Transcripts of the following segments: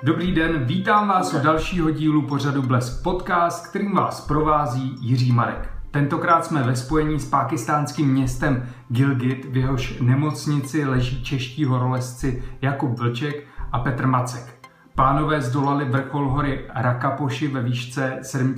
Dobrý den, vítám vás u dalšího dílu pořadu Blesk Podcast, kterým vás provází Jiří Marek. Tentokrát jsme ve spojení s pákistánským městem Gilgit, v jehož nemocnici leží čeští horolezci Jakub Vlček a Petr Macek. Pánové zdolali vrchol hory Rakapoši ve výšce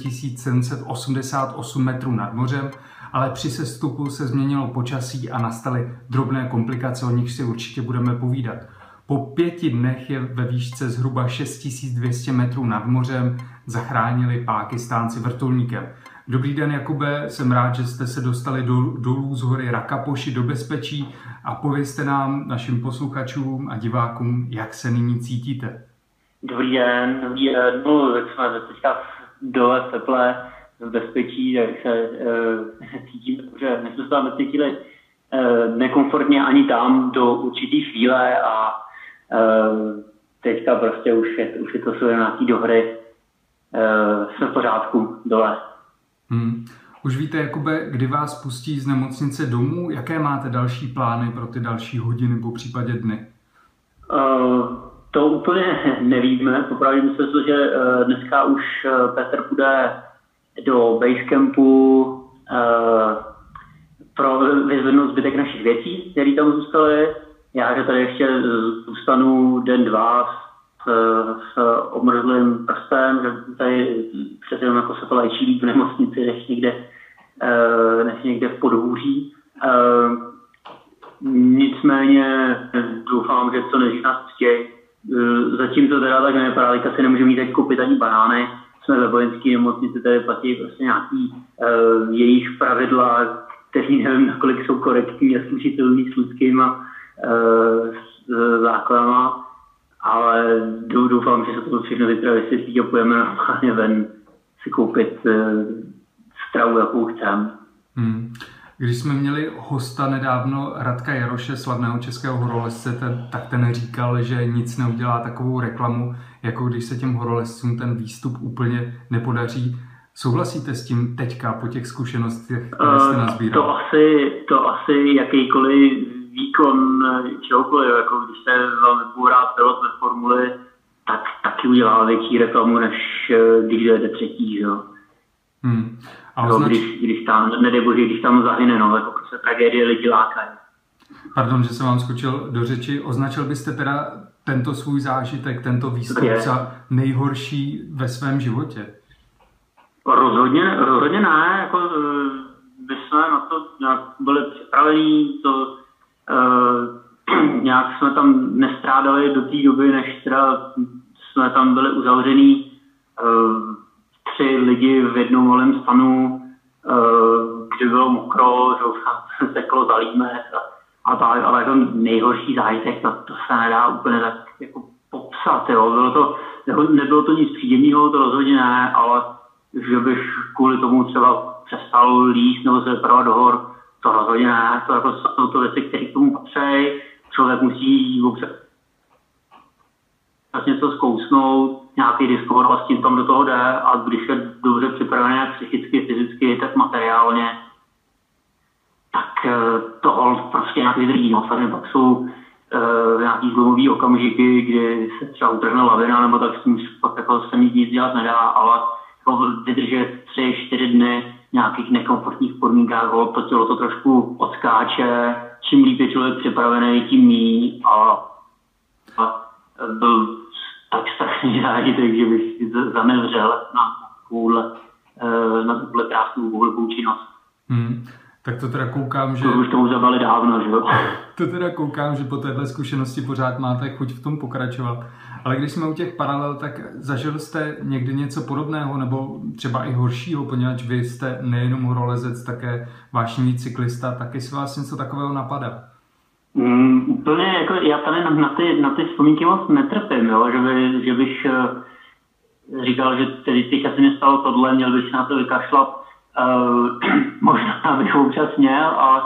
7788 metrů nad mořem, ale při sestupu se změnilo počasí a nastaly drobné komplikace, o nich si určitě budeme povídat. Po 5 dnech je ve výšce zhruba 6200 metrů nad mořem zachránili Pákistánci vrtulníkem. Dobrý den, Jakube, jsem rád, že jste se dostali dolů z hory Rakapoši do bezpečí a povězte nám, našim posluchačům a divákům, jak se nyní cítíte. Dobrý den, no, tak jsme teďka dole v teple, v bezpečí, tak se cítíme, protože my jsme se tam cítili nekomfortně ani tam do určitý chvíle a teďka prostě už je to 17. do hry, jsme v pořádku dole. Už víte, Jakube, kdy vás pustí z nemocnice domů? Jaké máte další plány pro ty další hodiny po případě dny? To úplně nevíme. Popravdě myslím si, že dneska už Petr půjde do basecampu pro vyzvednout zbytek našich věcí, které tam zůstaly. Já, že tady ještě zůstanu den, dva s omrzlým prstem, že tady přece jenom jako se to léčí líp v nemocnici, než někde v podhůří. Nicméně doufám, že co nejdřív nás pustí. Zatím to teda tak nevypadá, teď asi nemůžeme mít teď koupit ani banány. Jsme ve vojenské nemocnici, tady platí prostě nějaký jejich pravidla, kteří nevím, nakolik jsou korektní a slušitelný s lidskýma základama, ale doufám, že se to všechno zítra vysvětlí a půjdeme normálně ven si koupit stravu, jakou chceme. Když jsme měli hosta nedávno Radka Jaroše, slavného českého horolezce, tak ten říkal, že nic neudělá takovou reklamu, jako když se těm horolezcům ten výstup úplně nepodaří. Souhlasíte s tím teďka po těch zkušenostech, které jste nazbíral? To asi jakýkoliv výkon čehokoliv, jako když se velmi bůrá pilot ve formuli, tak taky udělá větší reklamu, než když jede třetí, že jo. Když tam, nedej bože, když tam zahyne, no, jako prostě tragédie lidi lákají. Pardon, že jsem vám skočil do řeči. Označil byste teda tento svůj zážitek, tento výstup za nejhorší ve svém životě? Rozhodně ne, jako my jsme na to nějak byli připravení, nějak jsme tam nestrádali do té doby, než teda jsme tam byli uzavřený 3 lidi v jednom malém stanu, kde bylo mokro, že se teklo za límec a tak, ale jako nejhorší zážitek, to se nedá úplně tak jako popsat, jo. Nebylo to nic příjemného, to rozhodně ne, ale že bych kvůli tomu třeba přestal líst nebo se vypravovat do hor, to rozhodně ne, to jako jsou to věci, které k tomu patří, člověk musí občas něco zkousnout, nějaký diskovor a s tím tam do toho jde a když je dobře připravený jak psychicky, fyzicky, tak materiálně, tak to prostě nějak vydrží. No, pak jsou nějaký zlomový okamžiky, kdy se třeba utrhne lavina, nebo tak s tím pak jako se nic dělat nedá, ale jako vydržet 3-4 dny v nějakých nekomfortních podmínkách, to tělo to trošku odskáče, čím líp je člověk připravený, tím míň a byl tak strašný zážitek, že bych zamilřel na tuhle krásnou hlubokou činnost. Tak to teda koukám, že... To už tomu zabali dávno, že jo? To teda koukám, že po téhle zkušenosti pořád máte chuť v tom pokračovat. Ale když jsme u těch paralel, tak zažil jste někdy něco podobného, nebo třeba i horšího, poněvadž vy jste nejenom horolezec, také vášnivý cyklista, taky si vás něco takového napadá? Úplně, jako já tady na ty vzpomínky moc netrpím, jo? Že bych říkal, že teďka se mi stalo tohle, měl bych se na to vykašlat. Možná bych občas měl, ale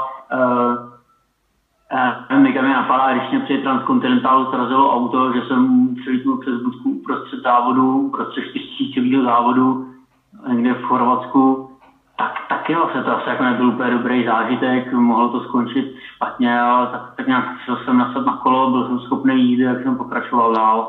někam mě napadá, když mě při Transkontinentálu srazilo auto, že jsem přelítnul přes budku uprostřed závodu, prostřed 4000 závodu někde v Chorvatsku, tak jo, se to asi jako nebyl úplně dobrý zážitek, mohlo to skončit špatně, ale tak nějak jsem nasadl na kolo, byl jsem schopný jít, jak jsem pokračoval dál.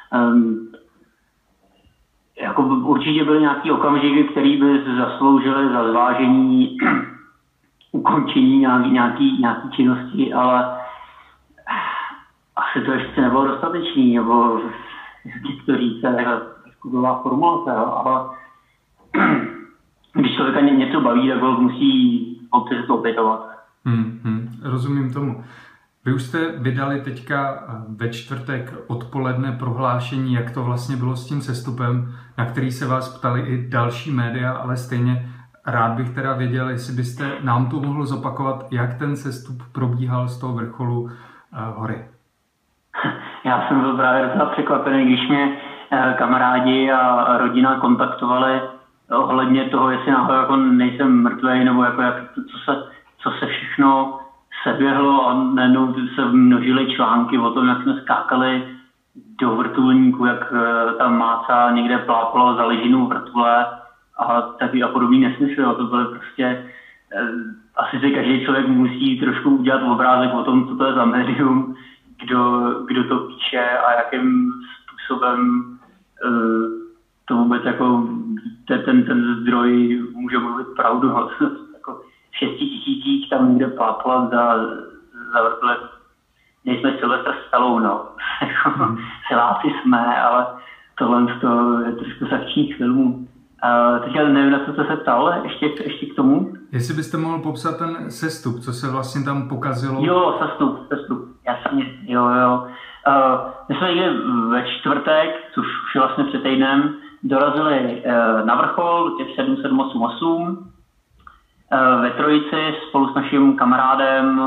Jako určitě byly nějaký okamžiky, který by zasloužily za zvážení ukončení nějaký činnosti, ale asi to ještě nebylo dostatečný, nebo jak to říct, skutková formulace, ale když člověka něco baví, tak ho musí občas to opětovat. Rozumím tomu. Vy už jste vydali teďka ve čtvrtek odpoledne prohlášení, jak to vlastně bylo s tím sestupem, na který se vás ptali i další média, ale stejně rád bych teda věděl, jestli byste nám tu mohl zopakovat, jak ten sestup probíhal z toho vrcholu hory. Já jsem byl právě docela překvapený, když mě kamarádi a rodina kontaktovali ohledně toho, jestli náhodou jako nejsem mrtvej, nebo jako co se všechno seběhlo a najednou se množily články o tom, jak jsme skákali do vrtulníku, jak tam máca někde plápalo za lyžinou vrtule a taky a podobný nesmysly. To byly prostě, asi si každý člověk musí trošku udělat obrázek o tom, co to je za médium, kdo to píše a jakým způsobem to vůbec jako ten zdroj může mluvit pravdu. Jako 6 000 tam někde pláplat za vrtule. Nejsme Sylvester Stallone, no. Siláci jsme, ale tohle je trošku z akčních filmů. Teďka nevím, na co jste se ptal, ještě k tomu. Jestli byste mohl popsat ten sestup, co se vlastně tam pokazilo? Jo, sestup, jasně, jo. My jsme někde ve čtvrtek, což už je vlastně před týdnem, dorazili na vrchol, těch 7788, ve trojici spolu s naším kamarádem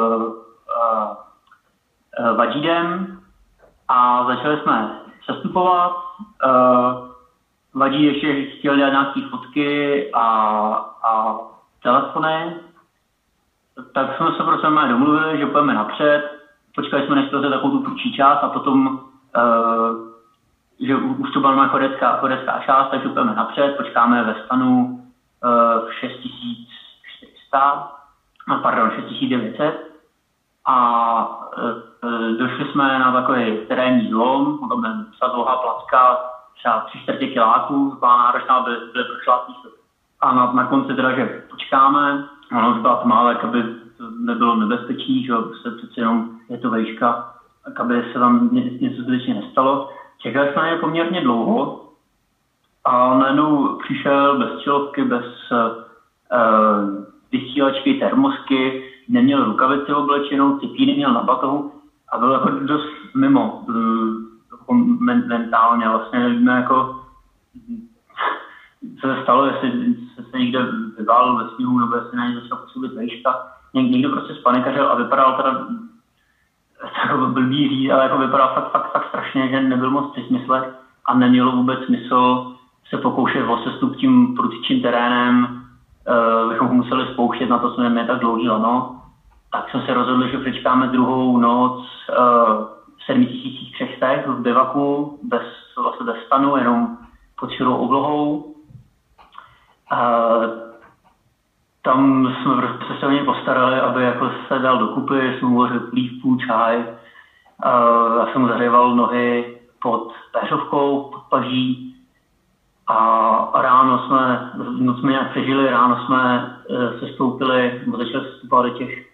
Vadžídem a začali jsme sestupovat. Vadí ještě chtěl dělat nějaké fotky a telefony, tak jsme se prostě domluvili, že půjdeme napřed. Počkali jsme, než to je takovou tu prudší část a potom, že už to byla chodecká část, takže půjdeme napřed, počkáme ve stanu 6900 a došli jsme na takový terénní zlom, tam je docela dlouhá placka, třeba 3/4 kiláků, taková náročná, byly prošlátý. A na konci teda, že počkáme, ono už byla tma, tak aby to nebylo nebezpečí, že prostě přeci jenom je to vejška, tak aby se tam něco skutečně nestalo. Čekali jsme je poměrně dlouho a najednou přišel bez čelovky, bez vysílačky, termosky, neměl rukavici oblečenou, cipíny měl na batohu a byl jako dost mimo mentálně. Vlastně nevíme, jako, co se stalo, jestli se někde vyválil ve sněhu, nebo jestli na něj začal působit vejška. Někdo prostě spanikařil a vypadal teda jako blbý říct, ale jako vypadal fakt strašně, že nebyl moc při smyslech a nemělo vůbec smysl se pokoušet o sestup tím prudčím terénem, bychom ho museli spouštět, na to jsme neměli tak dlouhý lano. Tak jsme se rozhodli, že přečkáme druhou noc v 7300 v bivaku, bez stanu, jenom pod širou oblohou. Tam jsme se o něj postarali, aby jako se dal dokupy, jsme mu uvařili plívku, čaj. Já jsem mu zahříval nohy pod péřovkou, pod paží. A ráno noc jsme nějak přežili, ráno jsme sestoupili, nebo začali sestupovat do těch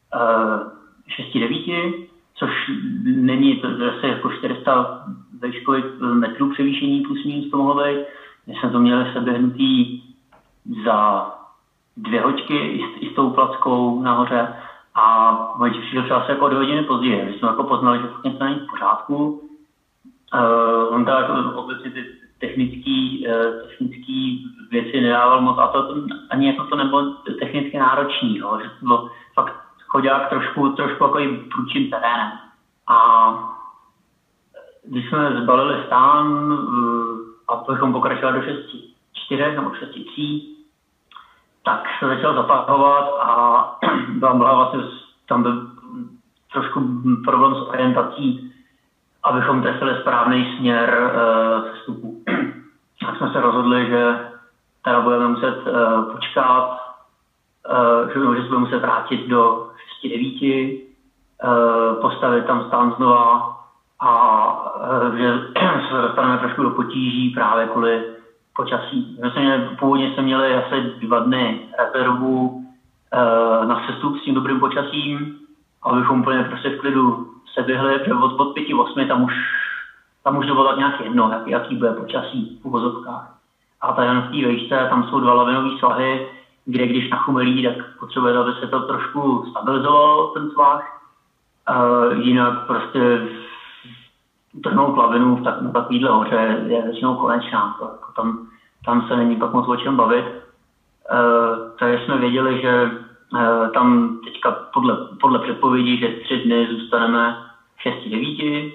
6-9, což není to zase jako 400 výškových metrů převýšení plus minus to mohlo být. My jsme to měli seběhnutý za 2 hoďky i s tou plackou nahoře a přišel třeba asi jako 2 hodiny později. My jsme jako poznali, že něco není v pořádku. On tak jako obecně ty technické věci nedával moc a to ani jako to nebylo technicky náročný, jo, že to bylo fakt chodák trošku jako i průčím terénem. A když jsme zbalili stán a bychom pokračovali do 6-4 nebo 6-3, tak se začal zapahovat a tam byl trošku problém s orientací, abychom trefili správný směr sestupu. Tak jsme se rozhodli, že teda budeme muset počkat, že se budeme muset vrátit do 6-9, postavit tam stán znova že se dostaneme trošku do potíží právě kvůli počasí. Původně jsme měli asi 2 dny rezervu na sestup s tím dobrým počasím, abychom úplně prostě v klidu se vyhli, protože od 5-8 tam už bylo tak nějak jedno, jaký bude počasí v uvozovkách. A tady na té výšce tam jsou 2 lavinové svahy, kde když nachumelí, tak potřebuje, aby se to trošku stabilizovalo, ten svah. Jinak prostě utrhnout lavinu na takovýhle hoře je většinou konečná. Tam se není pak moc o čem bavit. Takže jsme věděli, že tam teďka podle předpovědí, že 3 dny zůstaneme 6-9.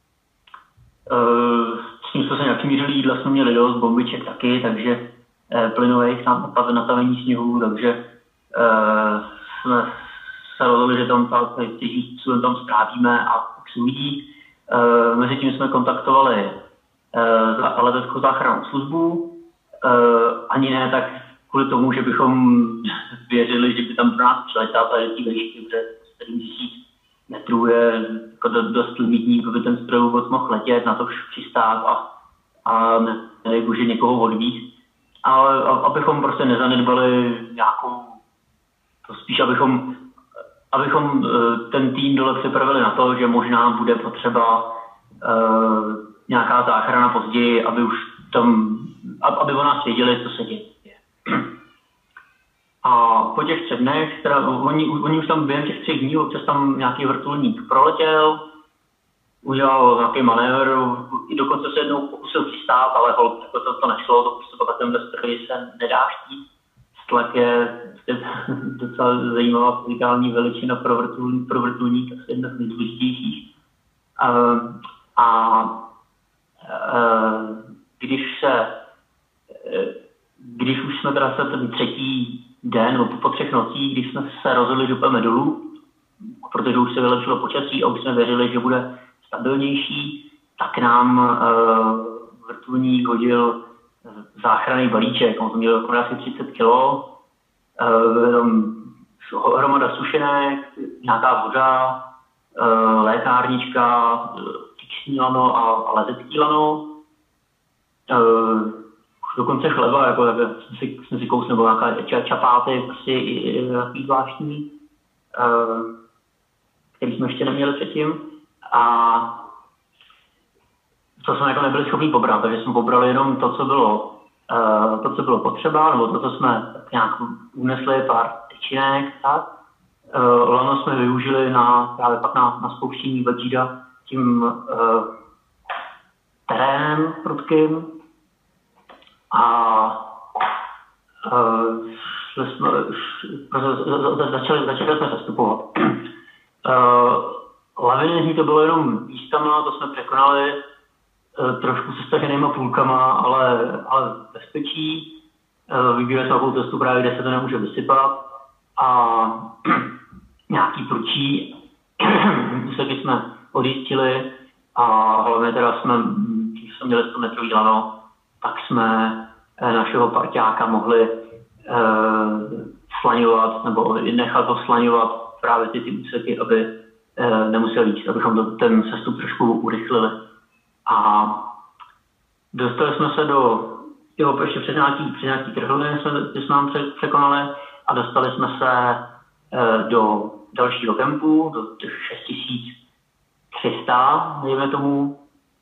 S tím jsme se nějak mířili, jídla jsme měli dost, bombiček taky, takže plynových natavení sněhu, takže jsme se rozhodli, že tam tam strávíme a pak se uvidí. Mezitím jsme kontaktovali leteckou záchrannou službu, ani ne tak kvůli tomu, že bychom věřili, že by tam pro nás přiletěla tady ty výšky, protože 7000 metrů je jako dost limitní, aby ten stroj vůbec mohl letět, na to přistát a nedej bože někoho odvízt. Ale abychom prostě nezanedbali nějakou, to spíš abychom ten tým dole připravili na to, že možná bude potřeba nějaká záchrana později, aby o nás věděli, co se děje. A po těch 3 dnech, oni už tam během těch 3 dní občas tam nějaký vrtulník proletěl, udělal nějaký manévr, i dokonce se jednou pokusil přistát, ale to nešlo, to prostě po takovémhle stroji se nedá štít. Stlak je docela zajímavá fyzikální veličina pro vrtulník, asi jedna z nejdůležitějších. Když už jsme teda se ten 3. den, nebo po 3 nocích, když jsme se rozhodli, že půjdeme dolů, protože už se vylepšilo počasí a už jsme věřili, že bude stabilnější, tak nám vrtulník hodil záchranný balíček. On to měl asi 30 kg, hromada sušenek, nějaká voda, lékárnička, tyčný lano a letecký lano. Dokonce chleba, jako jsme si kousli, nebo nějaká čapáty, prostě takový zvláštní, který jsme ještě neměli předtím. A to jsme jako nebyli schopni pobrat, takže jsme pobrali jenom to, co bylo potřeba, nebo to, co jsme tak nějak unesli, pár tyčinek, tak. Lano jsme využili právě pak na spouštění Vajida tím terénem prudkým. A začali jsme zastupovat. Laviny to bylo jenom místama, to jsme překonali trošku se staženýma půlkama, ale bezpečí. Vybírali jsme takovou cestu právě, kde se to nemůže vysypat. A nějaký průčí úseky jsme odjistili a hlavně teda když jsme měli 100 metrový lano, tak jsme našeho parťáka mohli slaňovat nebo nechat ho slaňovat právě ty úseky, aby nemusel jít, abychom ten sestup trošku urychlili. A dostali jsme se ještě přes nějaký trhliny jsme nám překonali a dostali jsme se do dalšího kempu, do těch 6300, dejme tomu.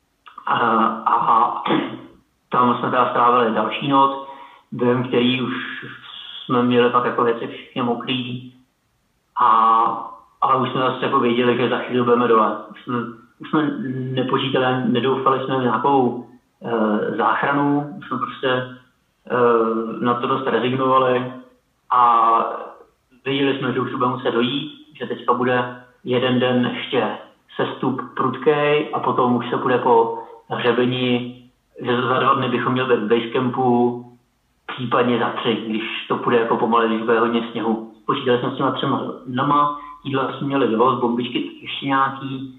A tam jsme teda strávili další noc, během který už jsme měli pak jako věci všichni mokrý. Ale už jsme zase jako věděli, že za chvíli budeme dole. Už jsme nepočítali, nedoufali jsme v nějakou záchranu, už jsme prostě na to dost rezignovali a věděli jsme, že už budeme muset dojít, že teďka bude 1 den ještě sestup prudkej a potom už se bude po hřebení, že za 2 dny bychom měli být v basecampu, případně za 3, když to půjde jako pomalu, když bude hodně sněhu. Počítali jsme s těma 3 dnama, jídla jsme měli dost, bombičky ještě nějaký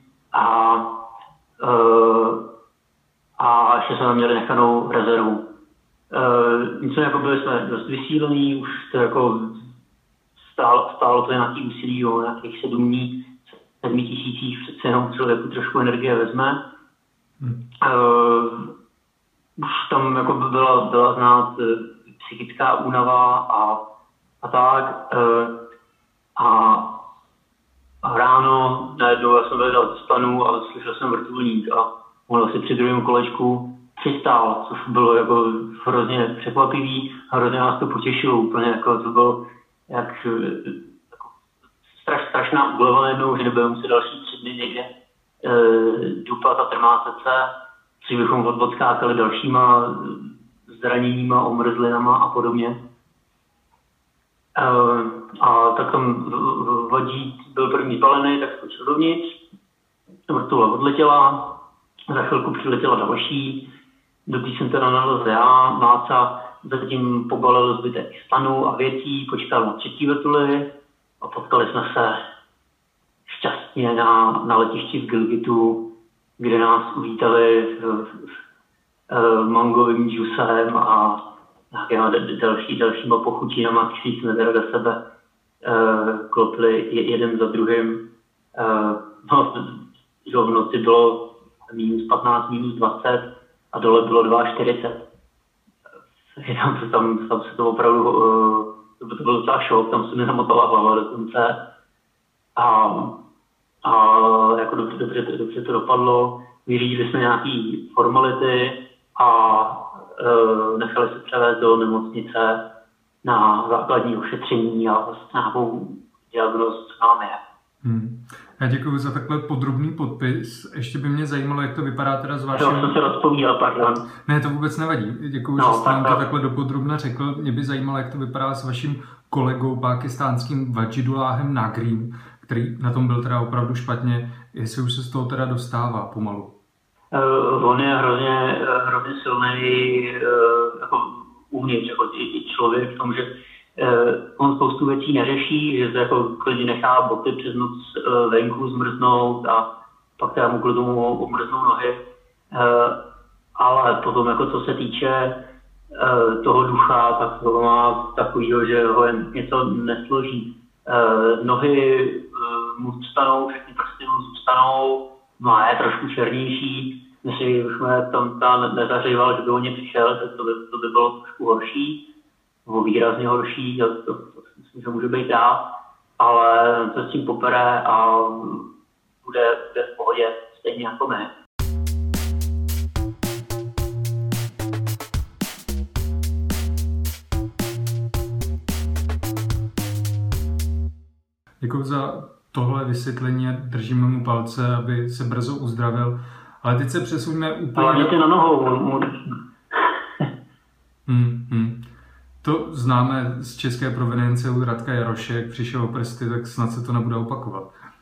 a ještě jsme měli nechanou rezervu. Nicméně jako byli jsme dost vysílení, už to jako stálo to nějaký úsilí, nějakých 7 dní 7000 přece jenom člověku trošku energie vezme. Už tam jako byla znát psychická únava a tak. A ráno najednou já jsem vedal ze stanu a slyšel jsem vrtulník a on asi při druhém kolečku přistál, což bylo jako hrozně překvapivý a hrozně nás to potěšilo úplně, jako to bylo jako strašná úleva najednou, že nebudeme muset další 3 dny někde dupat a trmácet se, což bychom odskákali dalšíma zraněníma, omrzlinama a podobně. A tak tam vodík byl první zbalený, tak skočil dovnitř, vrtule odletěla, za chvilku přiletěla další, do té jsem teda nalezl já, Máca zatím pobalil zbytek stanu a věcí, počkal na 3. vrtuli a potkali jsme se šťastně na letišti v Gilgitu, kde nás uvítali mangovým džusem a dalšíma pochutinama, který jsme teda do sebe klopli jeden za druhým. V noci bylo -15, -20 a dole bylo 42. Tam se to opravdu, to byl docela šok, tam se mi zamotala hlava dokonce. A jako dobře to dopadlo. Vyřídili jsme nějaký formality a nechali se převést do nemocnice na základní ošetření a nějakou diagnózu, co nám je. Já děkuji za takhle podrobný podpis. Ještě by mě zajímalo, jak to vypadá teda s vaším... Já jsem se rozpovídal, pardon. Ne, to vůbec nevadí. Děkuji, že jste nám to takhle dopodrobna řekl. Mě by zajímalo, jak to vypadá s vaším kolegou pákistánským Wajidulláhem Nagrim, který na tom byl teda opravdu špatně, jestli už se z toho teda dostává pomalu. On je hrozně silný jako uvnitř, jako i člověk v tom, že on spoustu věcí neřeší, že se jako klidně nechá boty přes noc venku zmrznout a pak teda mu kvůli tomu omrznou nohy. Ale potom, jako co se týče toho ducha, tak to má takovýho, že ho jen něco nesloží. Nohy mu zůstanou, všechny prsty mu zůstanou, má je trošku černější. Myslím, že už jsme tam nezařival, že by o ně přišel, tak to by bylo trošku horší, nebo výrazně horší, to myslím, že může být dál, ale to s tím popere a bude v pohodě, stejně jako my. Děkuji za tohle vysvětlení a držíme mu palce, aby se brzo uzdravil. Ale teď se přesuňme úplně... Ale na nohou. To známe z české provenience u Radka Jaroše, jak přišel o prsty, tak snad se to nebude opakovat.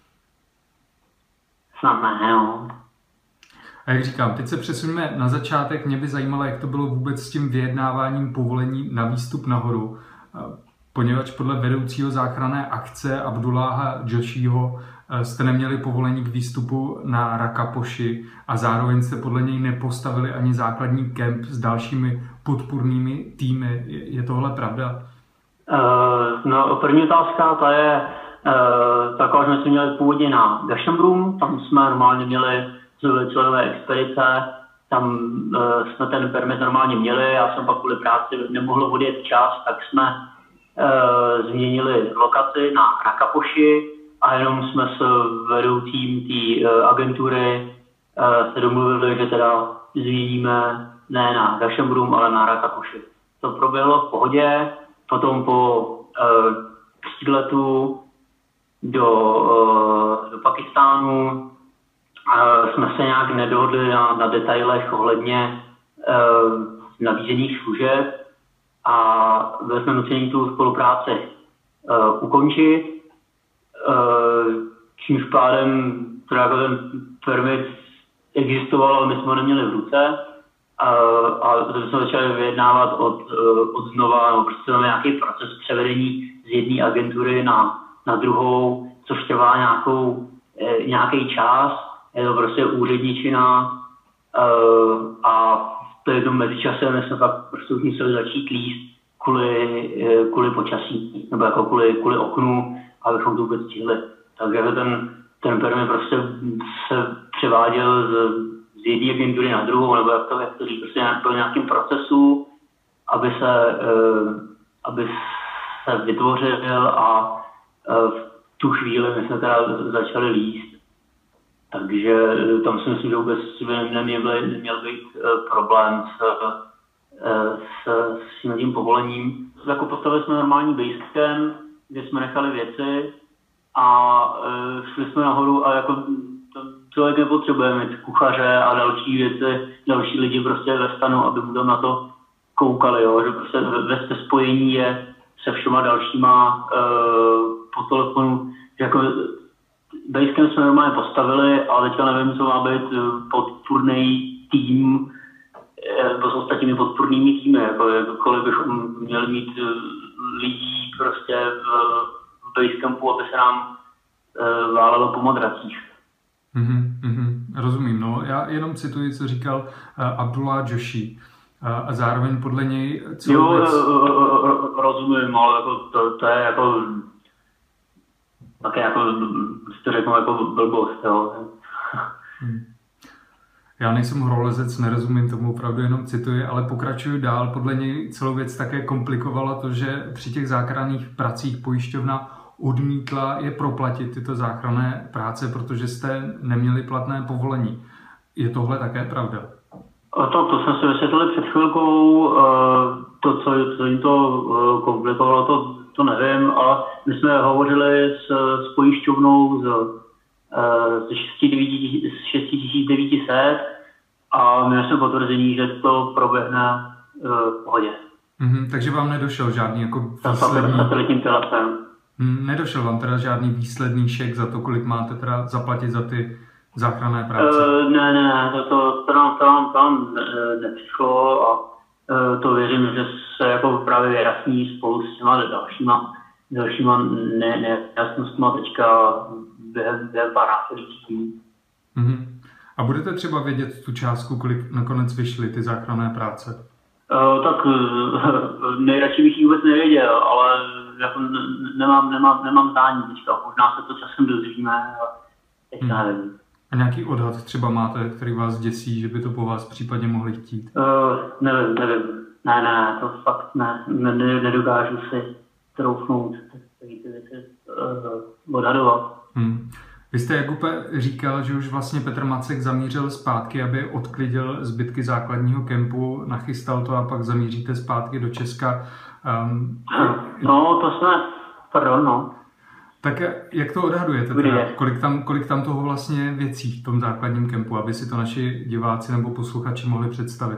Snad ne, jo. A jak říkám, teď se přesuňme na začátek. Mě by zajímalo, jak to bylo vůbec s tím vyjednáváním povolení na výstup nahoru, poněvadž podle vedoucího záchranné akce Abdulláha Jošího jste neměli povolení k výstupu na Rakapoši a zároveň jste podle něj nepostavili ani základní kemp s dalšími podpůrnými týmy. Je tohle pravda? No, první otázka, ta je taková, že jsme měli původně na Gašambrum, tam jsme normálně měli členové expedice, tam jsme ten permit normálně měli, já jsem pak kvůli práci nemohl odjet čas, tak jsme změnili lokaci na Rakapoši a jenom jsme s vedoucím té agentury se domluvili, že teda změníme ne na Gašambrum, ale na Rakapoši. To proběhlo v pohodě, potom po příletu do Pakistánu jsme se nějak nedohodli na detailech ohledně nabízených služeb a byli jsme nuceni tu spolupráci ukončit, čímž pádem jako ten permit existoval, ale my jsme ho neměli v ruce a to jsme začali vyjednávat od znova, nebo prostě máme nějaký proces převedení z jedné agentury na druhou, což trvá nějaký čas, je to prostě úředničina a v jednom mezičase my jsme pak prostě už museli začít líst kvůli počasí, nebo jako kvůli oknu, abychom to vůbec stihli. Takže ten firmy prostě se převáděl z jedné agentury na druhou, nebo jak to říct, prostě po nějakém procesu, aby se vytvořil a v tu chvíli my jsme teda začali líst. Takže tam si myslím, že vůbec neměl být problém s tím povolením. Jako postavili jsme normální basecamp, kde jsme nechali věci a šli jsme nahoru a jako člověk nepotřebuje mít kuchaře a další věci, další lidi prostě ve stanu, aby mu na to koukali, jo? Že prostě ve spojení je se všema dalšíma po telefonu, že jako basecamp jsme normálně postavili, ale teďka nevím, co má být podpůrný tým, nebo s ostatními podpůrnými týmy, jako kolik bychom měli mít lidí prostě v basecampu, aby se nám válelo po madracích. Rozumím, no. Já jenom cituji, co říkal Abdullah Joshi. A zároveň podle něj celou věc... rozumím, ale jako to je jako také jako, to řeknu jako blbost, jo. Já nejsem horolezec, nerozumím tomu, opravdu jenom cituji, ale pokračuju dál. Podle něj celou věc také komplikovalo to, že při těch záchranných pracích pojišťovna odmítla je proplatit tyto záchranné práce, protože jste neměli platné povolení. Je tohle také pravda? To jsme si vysvětlili před chvilkou, co jim to komplikovalo, to nevím, ale my jsme hovořili s pojišťovnou z 6900 a měli jsme potvrzení, že to proběhne v pohodě. Takže vám nedošel žádný jako satelitním telefem. Nedošel vám teda žádný výsledný šek za to, kolik máte teda zaplatit za ty záchranné práce? Ne, to nám nepřišlo a to věřím, že se jako právě vyjasní spolu s těma dalšíma nejasnostma teďka během pár následujících dní. A budete třeba vědět tu částku, kolik nakonec vyšly ty záchranné práce? Tak nejradši bych ji vůbec nevěděl, ale jako nemám zdání teďka. Možná se to časem dozvíme, ale teďka nevím. A nějaký odhad třeba máte, který vás děsí, že by to po vás případně mohli chtít? Nevím. Ne, to fakt ne. Nedokážu si troufnout ty věci odhadovat. Vy jste, Jakube, říkal, že už vlastně Petr Macek zamířil zpátky, aby odklidil zbytky základního kempu, nachystal to a pak zamíříte zpátky do Česka. To jsme, pardon. Tak jak to odhadujete? Teda? Kolik tam toho vlastně věcí v tom základním kempu, aby si to naši diváci nebo posluchači mohli představit?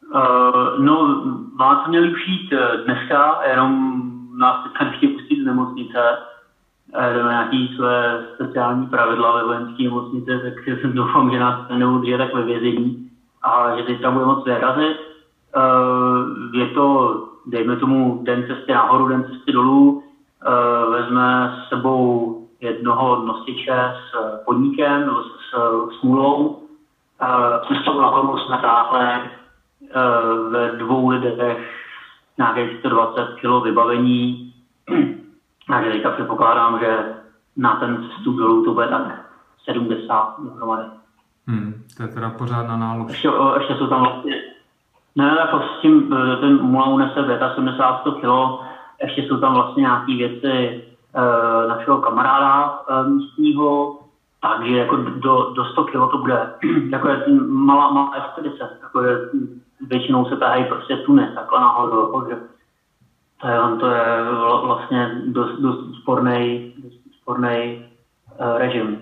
Vás měli už jít dneska, jenom nás teďka nechtějí pustit z nemocnice. Jdeme nějaký své speciální pravidla ve vojenské nemocnice, tak doufám, že nás neudrží tak ve vězení a že teď tam bude moc vyrazit. Je to, dejme tomu, den cesty nahoru, den cesty dolů. Vezme s sebou jednoho nosiče s podníkem nebo s smůlou. Cestou nahoru jsme táhli ve 2 lidech nějakých 120 kg vybavení. Takže teďka předpokládám, že na ten cestu dolů to bude tak 70 dohromady. To je teda pořádná nálož. Ještě jsou tam vlastně... Ne, jako s tím, ten mula unese 75 kg, ještě jsou tam vlastně nějaké věci našeho kamaráda místního, takže jako do 100 kg to bude. Jako je malá expedice, jako je, většinou se tahají prostě tuny takhle nahoru, že to je vlastně dost sporný režim,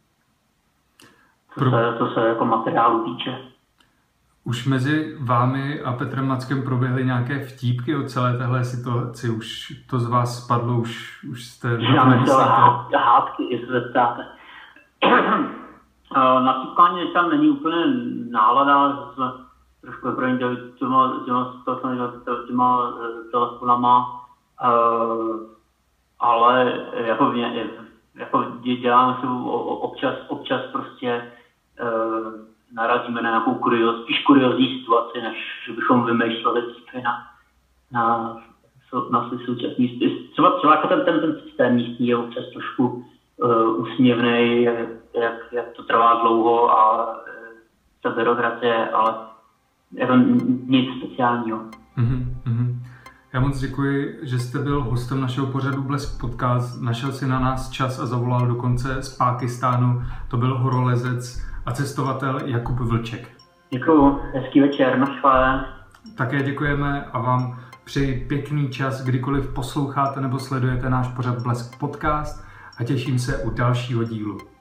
co se jako materiálu týče. Už mezi vámi a Petrem Mackem proběhly nějaké vtípky o celé téhle situaci? Už to z vás spadlo, už jste... Já myslel hádky, jestli se ptáte. Na vtípkání tam není úplně nálada, že jsme trošku vypravení těma telefonama, ale jako děláme si občas prostě narazíme na nějakou spíš kuriozní situaci, než že bychom vymýšleli cípy na současný. Třeba ten systém místní je občas trošku úsměvný, jak to trvá dlouho a ta byrokracie, ale jako nic speciálního. Já moc děkuji, že jste byl hostem našeho pořadu Blesk Podcast. Našel si na nás čas a zavolal dokonce z Pákistánu. To byl horolezec a cestovatel Jakub Vlček. Děkuju, hezký večer, naschledanou. Také děkujeme a vám přeji pěkný čas, kdykoliv posloucháte nebo sledujete náš pořad Blesk Podcast a těším se u dalšího dílu.